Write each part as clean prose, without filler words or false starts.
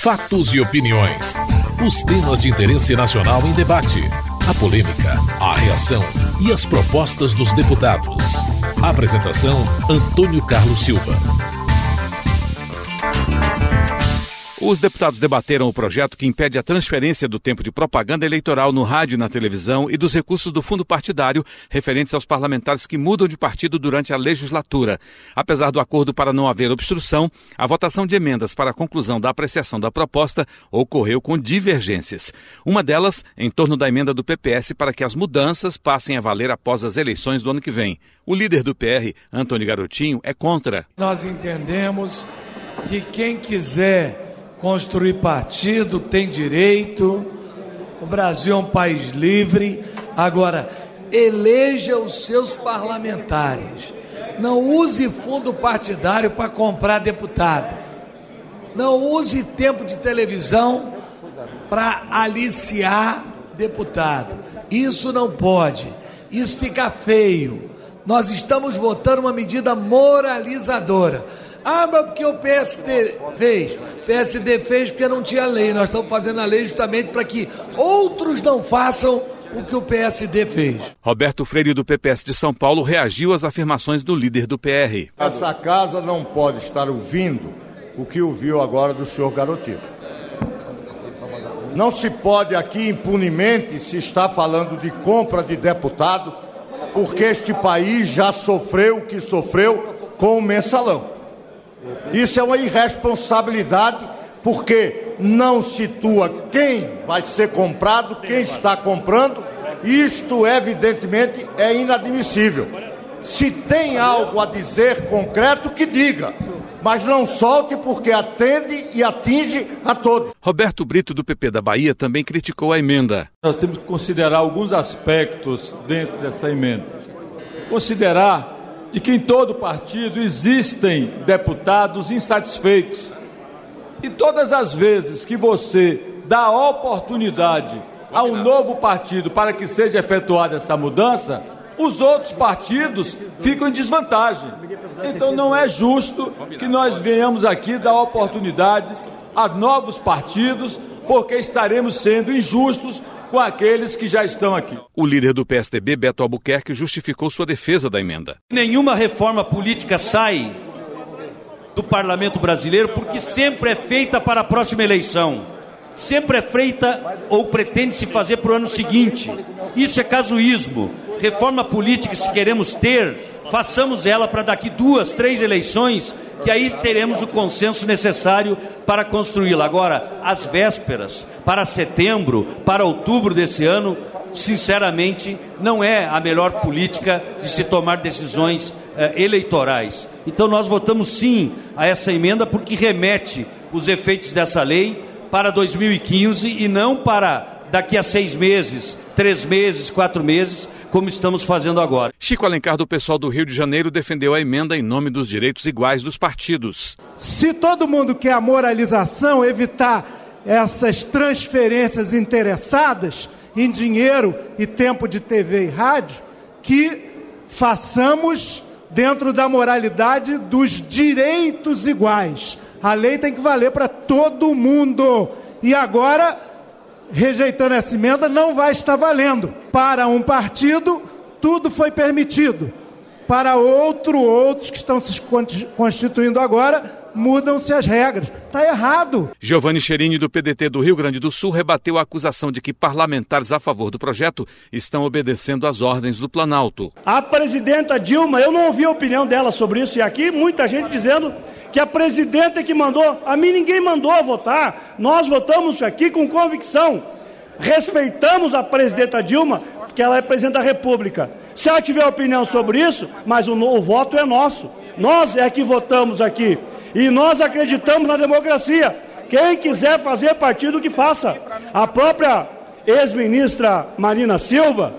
Fatos e opiniões. Os temas de interesse nacional em debate. A polêmica, a reação e as propostas dos deputados. Apresentação: Antônio Carlos Silva. Os deputados debateram o projeto que impede a transferência do tempo de propaganda eleitoral no rádio e na televisão e dos recursos do fundo partidário referentes aos parlamentares que mudam de partido durante a legislatura. Apesar do acordo para não haver obstrução, a votação de emendas para a conclusão da apreciação da proposta ocorreu com divergências. Uma delas em torno da emenda do PPS para que as mudanças passem a valer após as eleições do ano que vem. O líder do PR, Antônio Garotinho, é contra. Nós entendemos que quem quiser construir partido tem direito, o Brasil é um país livre. Agora, eleja os seus parlamentares, não use fundo partidário para comprar deputado, não use tempo de televisão para aliciar deputado, isso não pode, isso fica feio. Nós estamos votando uma medida moralizadora. Ah, mas porque o PSD fez? O PSD fez porque não tinha lei. Nós estamos fazendo a lei justamente para que outros não façam o que o PSD fez. Roberto Freire, do PPS de São Paulo, reagiu às afirmações do líder do PR. Essa casa não pode estar ouvindo o que ouviu agora do senhor Garotinho. Não se pode aqui impunemente se estar falando de compra de deputado, porque este país já sofreu o que sofreu com o mensalão. Isso é uma irresponsabilidade, porque não situa quem vai ser comprado, quem está comprando. Isto, evidentemente, é inadmissível. Se tem algo a dizer concreto, que diga, mas não solte, porque atende e atinge a todos. Roberto Brito, do PP da Bahia, também criticou a emenda. Nós temos que considerar alguns aspectos dentro dessa emenda. Considerar de que em todo partido existem deputados insatisfeitos. E todas as vezes que você dá oportunidade a um novo partido para que seja efetuada essa mudança, os outros partidos ficam em desvantagem. Então não é justo que nós venhamos aqui dar oportunidades a novos partidos, porque estaremos sendo injustos com aqueles que já estão aqui. O líder do PSDB, Beto Albuquerque, justificou sua defesa da emenda. Nenhuma reforma política sai do parlamento brasileiro porque sempre é feita para a próxima eleição. Sempre é feita ou pretende-se fazer para o ano seguinte. Isso é casuísmo. Reforma política, se queremos ter, façamos ela para daqui 2, 3 eleições, que aí teremos o consenso necessário para construí-la. Agora, às vésperas, para setembro, para outubro desse ano, sinceramente, não é a melhor política de se tomar decisões eleitorais. Então nós votamos sim a essa emenda, porque remete os efeitos dessa lei para 2015 e não para daqui a 6 meses, 3 meses, 4 meses, como estamos fazendo agora. Chico Alencar, do PSOL do Rio de Janeiro, defendeu a emenda em nome dos direitos iguais dos partidos. Se todo mundo quer a moralização, evitar essas transferências interessadas em dinheiro e tempo de TV e rádio, que façamos dentro da moralidade dos direitos iguais. A lei tem que valer para todo mundo. E agora, rejeitando essa emenda, não vai estar valendo. Para um partido, tudo foi permitido. Para outros que estão se constituindo agora, mudam-se as regras. Está errado. Giovanni Cherini, do PDT do Rio Grande do Sul, rebateu a acusação de que parlamentares a favor do projeto estão obedecendo às ordens do Planalto. A presidenta Dilma, eu não ouvi a opinião dela sobre isso, e aqui muita gente dizendo que a presidenta é que mandou. A mim ninguém mandou votar. Nós votamos aqui com convicção. Respeitamos a presidenta Dilma, que ela é presidente da República. Se ela tiver opinião sobre isso, mas o voto é nosso. Nós é que votamos aqui. E nós acreditamos na democracia. Quem quiser fazer partido, que faça. A própria ex-ministra Marina Silva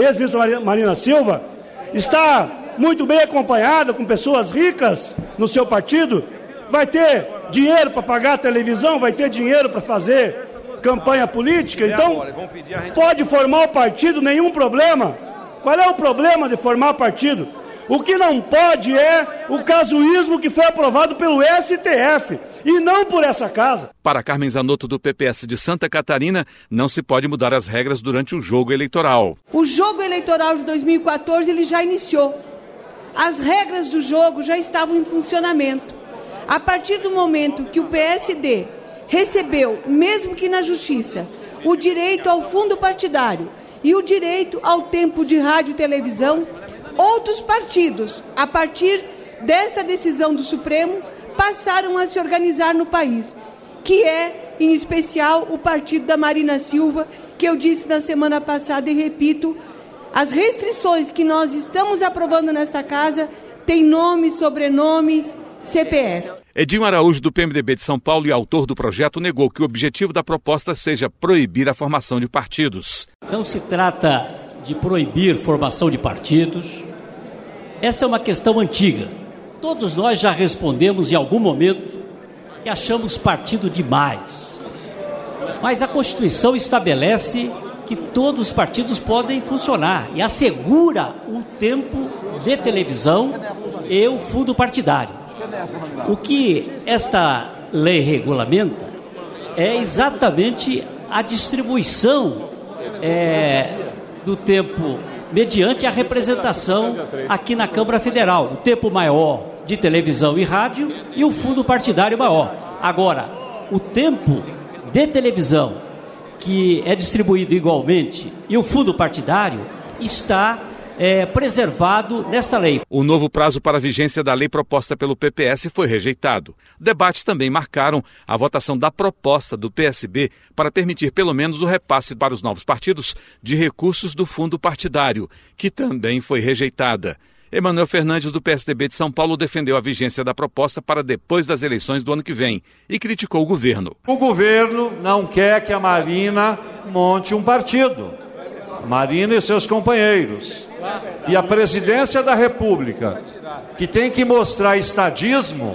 está muito bem acompanhada com pessoas ricas no seu partido. Vai ter dinheiro para pagar a televisão, vai ter dinheiro para fazer campanha política. Então, pode formar o partido, nenhum problema. Qual é o problema de formar partido? O que não pode é o casuísmo que foi aprovado pelo STF e não por essa casa. Para Carmen Zanotto, do PPS de Santa Catarina, não se pode mudar as regras durante o jogo eleitoral. O jogo eleitoral de 2014 ele já iniciou. As regras do jogo já estavam em funcionamento. A partir do momento que o PSD recebeu, mesmo que na Justiça, o direito ao fundo partidário e o direito ao tempo de rádio e televisão, outros partidos, a partir dessa decisão do Supremo, passaram a se organizar no país, que é, em especial, o partido da Marina Silva, que eu disse na semana passada e repito, as restrições que nós estamos aprovando nesta casa têm nome, sobrenome, CPF. Edinho Araújo, do PMDB de São Paulo e autor do projeto, negou que o objetivo da proposta seja proibir a formação de partidos. Não se trata de proibir formação de partidos. Essa é uma questão antiga. Todos nós já respondemos em algum momento que achamos partido demais. Mas a Constituição estabelece que todos os partidos podem funcionar e assegura o tempo de televisão e o fundo partidário. O que esta lei regulamenta é exatamente a distribuição do tempo mediante a representação aqui na Câmara Federal. O tempo maior de televisão e rádio e o fundo partidário maior. Agora, o tempo de televisão, que é distribuído igualmente, e o fundo partidário está preservado nesta lei. O novo prazo para a vigência da lei proposta pelo PPS foi rejeitado. Debates também marcaram a votação da proposta do PSB para permitir pelo menos o repasse para os novos partidos de recursos do fundo partidário, que também foi rejeitada. Emanuel Fernandes, do PSDB de São Paulo, defendeu a vigência da proposta para depois das eleições do ano que vem e criticou o governo. O governo não quer que a Marina monte um partido. Marina e seus companheiros. E a presidência da República, que tem que mostrar estadismo,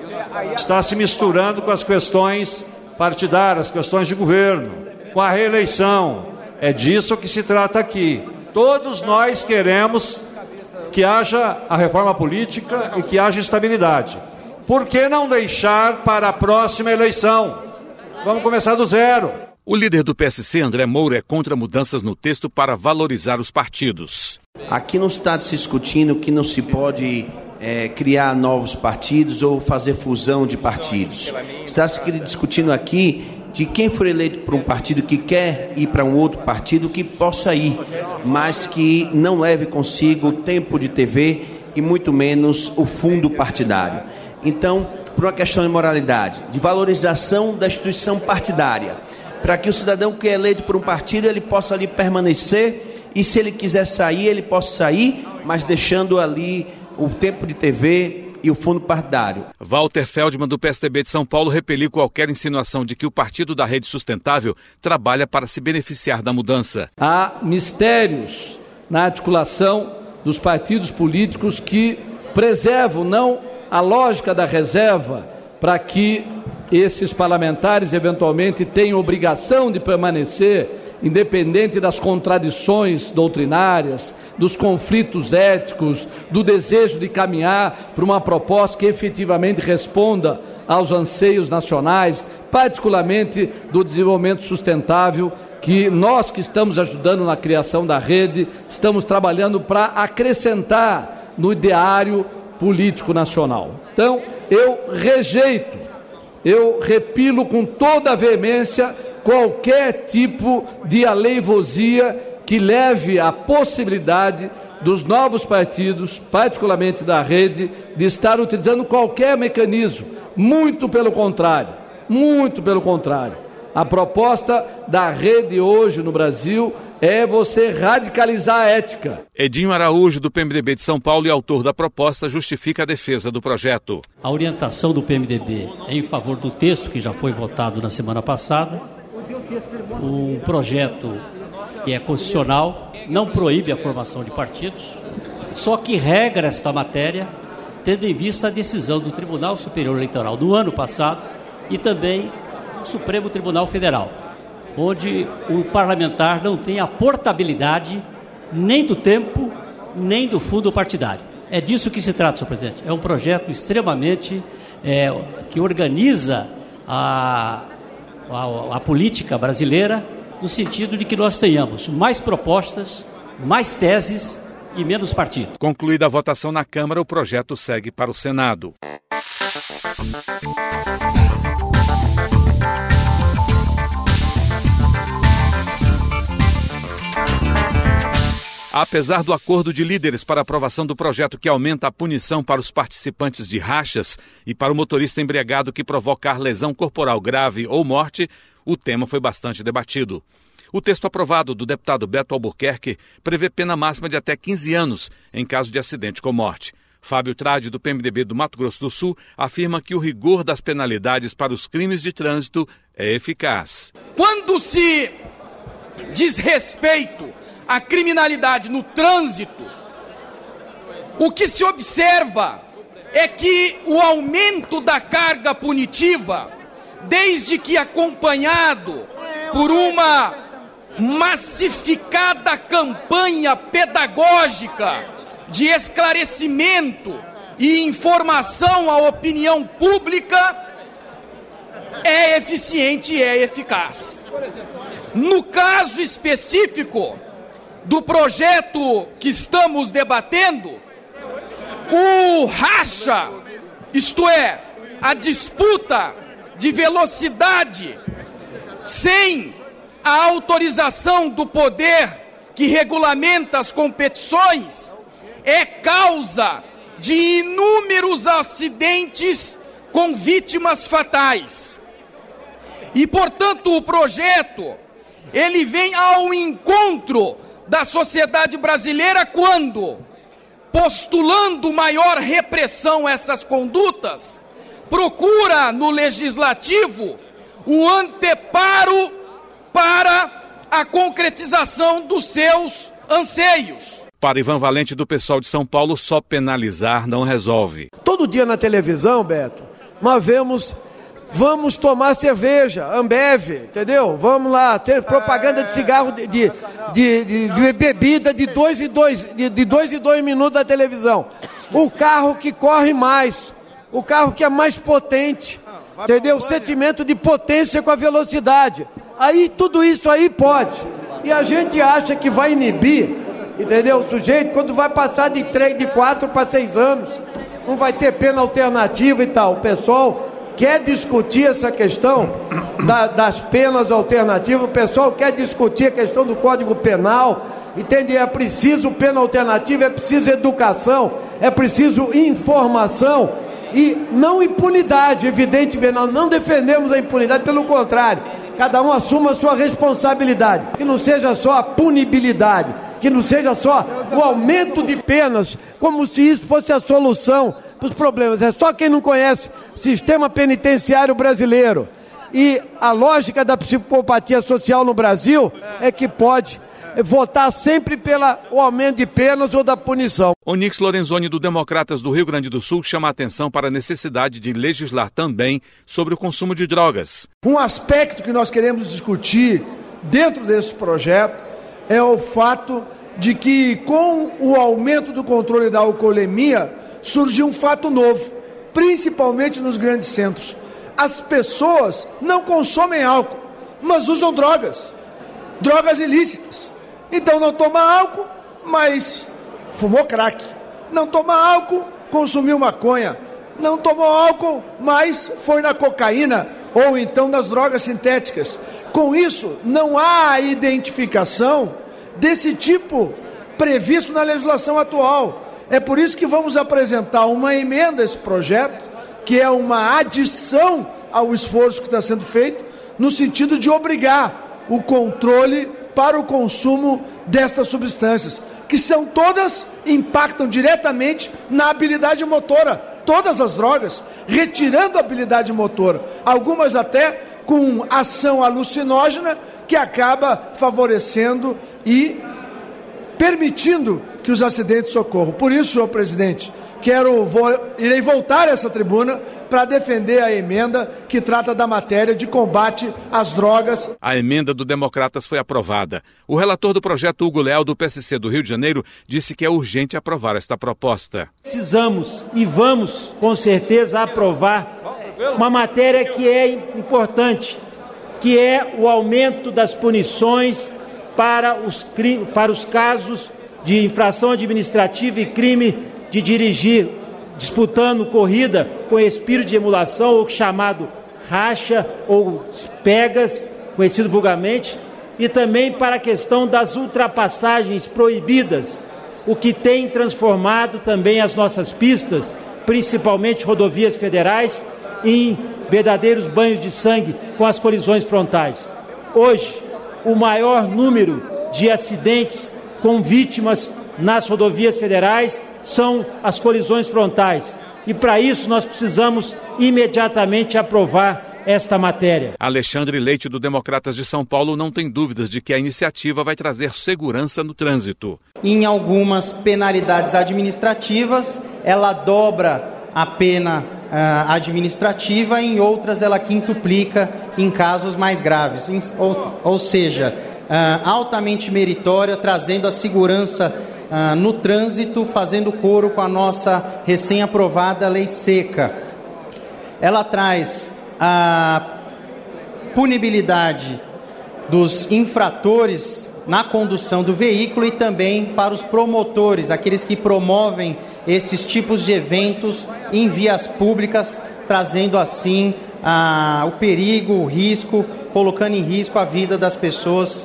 está se misturando com as questões partidárias, questões de governo, com a reeleição. É disso que se trata aqui. Todos nós queremos que haja a reforma política e que haja estabilidade. Por que não deixar para a próxima eleição? Vamos começar do zero. O líder do PSC, André Moura, é contra mudanças no texto para valorizar os partidos. Aqui não está se discutindo que não se pode criar novos partidos ou fazer fusão de partidos. Está se discutindo aqui de quem for eleito por um partido que quer ir para um outro partido que possa ir, mas que não leve consigo o tempo de TV e muito menos o fundo partidário. Então, por uma questão de moralidade, de valorização da instituição partidária, para que o cidadão que é eleito por um partido, ele possa ali permanecer e se ele quiser sair, ele possa sair, mas deixando ali o tempo de TV e o fundo partidário. Walter Feldman, do PSDB de São Paulo, repeliu qualquer insinuação de que o partido da Rede Sustentável trabalha para se beneficiar da mudança. Há mistérios na articulação dos partidos políticos que preservam não a lógica da reserva para que esses parlamentares eventualmente tenham obrigação de permanecer independente das contradições doutrinárias, dos conflitos éticos, do desejo de caminhar para uma proposta que efetivamente responda aos anseios nacionais, particularmente do desenvolvimento sustentável, que nós que estamos ajudando na criação da rede, estamos trabalhando para acrescentar no ideário político nacional. Então, eu rejeito, eu repilo com toda a veemência qualquer tipo de aleivosia que leve à possibilidade dos novos partidos, particularmente da rede, de estar utilizando qualquer mecanismo. Muito pelo contrário, muito pelo contrário. A proposta da rede hoje no Brasil é você radicalizar a ética. Edinho Araújo, do PMDB de São Paulo e autor da proposta, justifica a defesa do projeto. A orientação do PMDB é em favor do texto que já foi votado na semana passada. Um projeto que é constitucional, não proíbe a formação de partidos, só que regra esta matéria, tendo em vista a decisão do Tribunal Superior Eleitoral do ano passado e também do Supremo Tribunal Federal, onde o parlamentar não tem a portabilidade nem do tempo, nem do fundo partidário. É disso que se trata, senhor presidente. É um projeto extremamente que organiza a política brasileira no sentido de que nós tenhamos mais propostas, mais teses e menos partido. Concluída a votação na Câmara, o projeto segue para o Senado. Apesar do acordo de líderes para a aprovação do projeto que aumenta a punição para os participantes de rachas e para o motorista embriagado que provocar lesão corporal grave ou morte, o tema foi bastante debatido. O texto aprovado do deputado Beto Albuquerque prevê pena máxima de até 15 anos em caso de acidente com morte. Fábio Trade, do PMDB do Mato Grosso do Sul, afirma que o rigor das penalidades para os crimes de trânsito é eficaz. Quando se diz respeito à criminalidade no trânsito, o que se observa é que o aumento da carga punitiva, desde que acompanhado por uma massificada campanha pedagógica de esclarecimento e informação à opinião pública, é eficiente e é eficaz. No caso específico do projeto que estamos debatendo, o racha, isto é, a disputa de velocidade sem a autorização do poder que regulamenta as competições, é causa de inúmeros acidentes com vítimas fatais. E, portanto, o projeto, ele vem ao encontro da sociedade brasileira quando, postulando maior repressão a essas condutas, procura no legislativo o anteparo para a concretização dos seus anseios. Para Ivan Valente, do PSOL de São Paulo, só penalizar não resolve. Todo dia na televisão, Beto, nós vemos, vamos tomar cerveja, Ambev, entendeu? Vamos lá, ter propaganda de cigarro, de bebida de 2 em 2 minutos na televisão. O carro que corre mais, o carro que é mais potente, entendeu? O sentimento de potência com a velocidade. Aí tudo isso aí pode. E a gente acha que vai inibir, entendeu? O sujeito, quando vai passar de 4 para 6 anos, não vai ter pena alternativa e tal. O pessoal quer discutir essa questão das penas alternativas, o pessoal quer discutir a questão do Código Penal, entende? É preciso pena alternativa, é preciso educação, é preciso informação e não impunidade, evidentemente. Nós não defendemos a impunidade, pelo contrário, cada um assuma a sua responsabilidade, que não seja só a punibilidade, que não seja só o aumento de penas, como se isso fosse a solução para os problemas. É só quem não conhece o sistema penitenciário brasileiro e a lógica da psicopatia social no Brasil é que pode votar sempre pelo aumento de penas ou da punição. Onix Lorenzoni, do Democratas do Rio Grande do Sul, chama a atenção para a necessidade de legislar também sobre o consumo de drogas. Um aspecto que nós queremos discutir dentro desse projeto é o fato de que, com o aumento do controle da alcoolemia, surgiu um fato novo, principalmente nos grandes centros. As pessoas não consomem álcool, mas usam drogas ilícitas. Então não toma álcool, mas fumou crack. Não toma álcool, consumiu maconha. Não tomou álcool, mas foi na cocaína ou então nas drogas sintéticas. Com isso, não há identificação desse tipo previsto na legislação atual. É por isso que vamos apresentar uma emenda a esse projeto, que é uma adição ao esforço que está sendo feito, no sentido de obrigar o controle para o consumo destas substâncias, que são todas, impactam diretamente na habilidade motora, todas as drogas, retirando a habilidade motora, algumas até com ação alucinógena, que acaba favorecendo e permitindo que os acidentes ocorram. Por isso, senhor presidente, irei voltar a essa tribuna para defender a emenda que trata da matéria de combate às drogas. A emenda do Democratas foi aprovada. O relator do projeto, Hugo Leal, do PSC do Rio de Janeiro, disse que é urgente aprovar esta proposta. Precisamos e vamos, com certeza, aprovar uma matéria que é importante, que é o aumento das punições para os casos de infração administrativa e crime de dirigir disputando corrida com espírito de emulação, ou chamado racha ou pegas, conhecido vulgarmente, e também para a questão das ultrapassagens proibidas, o que tem transformado também as nossas pistas, principalmente rodovias federais, em verdadeiros banhos de sangue com as colisões frontais. Hoje, o maior número de acidentes com vítimas nas rodovias federais são as colisões frontais. E para isso nós precisamos imediatamente aprovar esta matéria. Alexandre Leite, do Democratas de São Paulo, não tem dúvidas de que a iniciativa vai trazer segurança no trânsito. Em algumas penalidades administrativas, ela dobra a pena administrativa, em outras ela quintuplica em casos mais graves. Ou seja, altamente meritória, trazendo a segurança no trânsito, fazendo coro com a nossa recém-aprovada lei seca. Ela traz a punibilidade dos infratores na condução do veículo e também para os promotores, aqueles que promovem esses tipos de eventos em vias públicas, trazendo assim o perigo, o risco, colocando em risco a vida das pessoas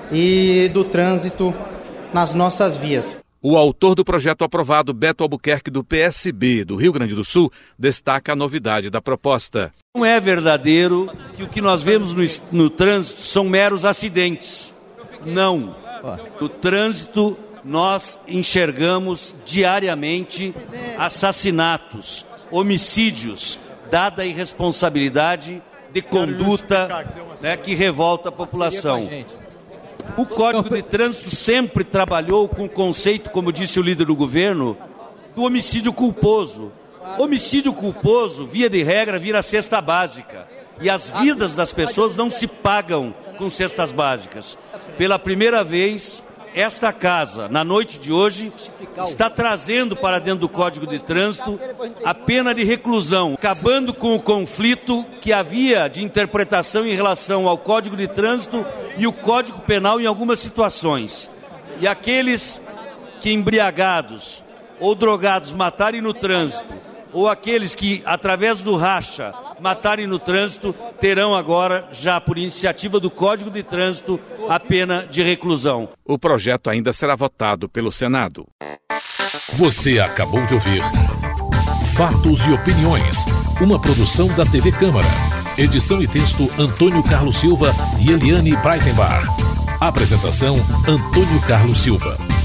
e do trânsito nas nossas vias. O autor do projeto aprovado, Beto Albuquerque, do PSB do Rio Grande do Sul, destaca a novidade da proposta. Não é verdadeiro que o que nós vemos no trânsito são meros acidentes. Não. No trânsito, nós enxergamos diariamente assassinatos, homicídios, dada a irresponsabilidade de conduta, que revolta a população. O Código de Trânsito sempre trabalhou com o conceito, como disse o líder do governo, do homicídio culposo. Homicídio culposo, via de regra, vira cesta básica. E as vidas das pessoas não se pagam com cestas básicas. Pela primeira vez, esta casa, na noite de hoje, está trazendo para dentro do Código de Trânsito a pena de reclusão, acabando com o conflito que havia de interpretação em relação ao Código de Trânsito e o Código Penal em algumas situações. E aqueles que embriagados ou drogados matarem no trânsito, ou aqueles que, através do racha, matarem no trânsito, terão agora, já por iniciativa do Código de Trânsito, a pena de reclusão. O projeto ainda será votado pelo Senado. Você acabou de ouvir Fatos e Opiniões, uma produção da TV Câmara. Edição e texto Antônio Carlos Silva e Eliane Breitenbach. Apresentação Antônio Carlos Silva.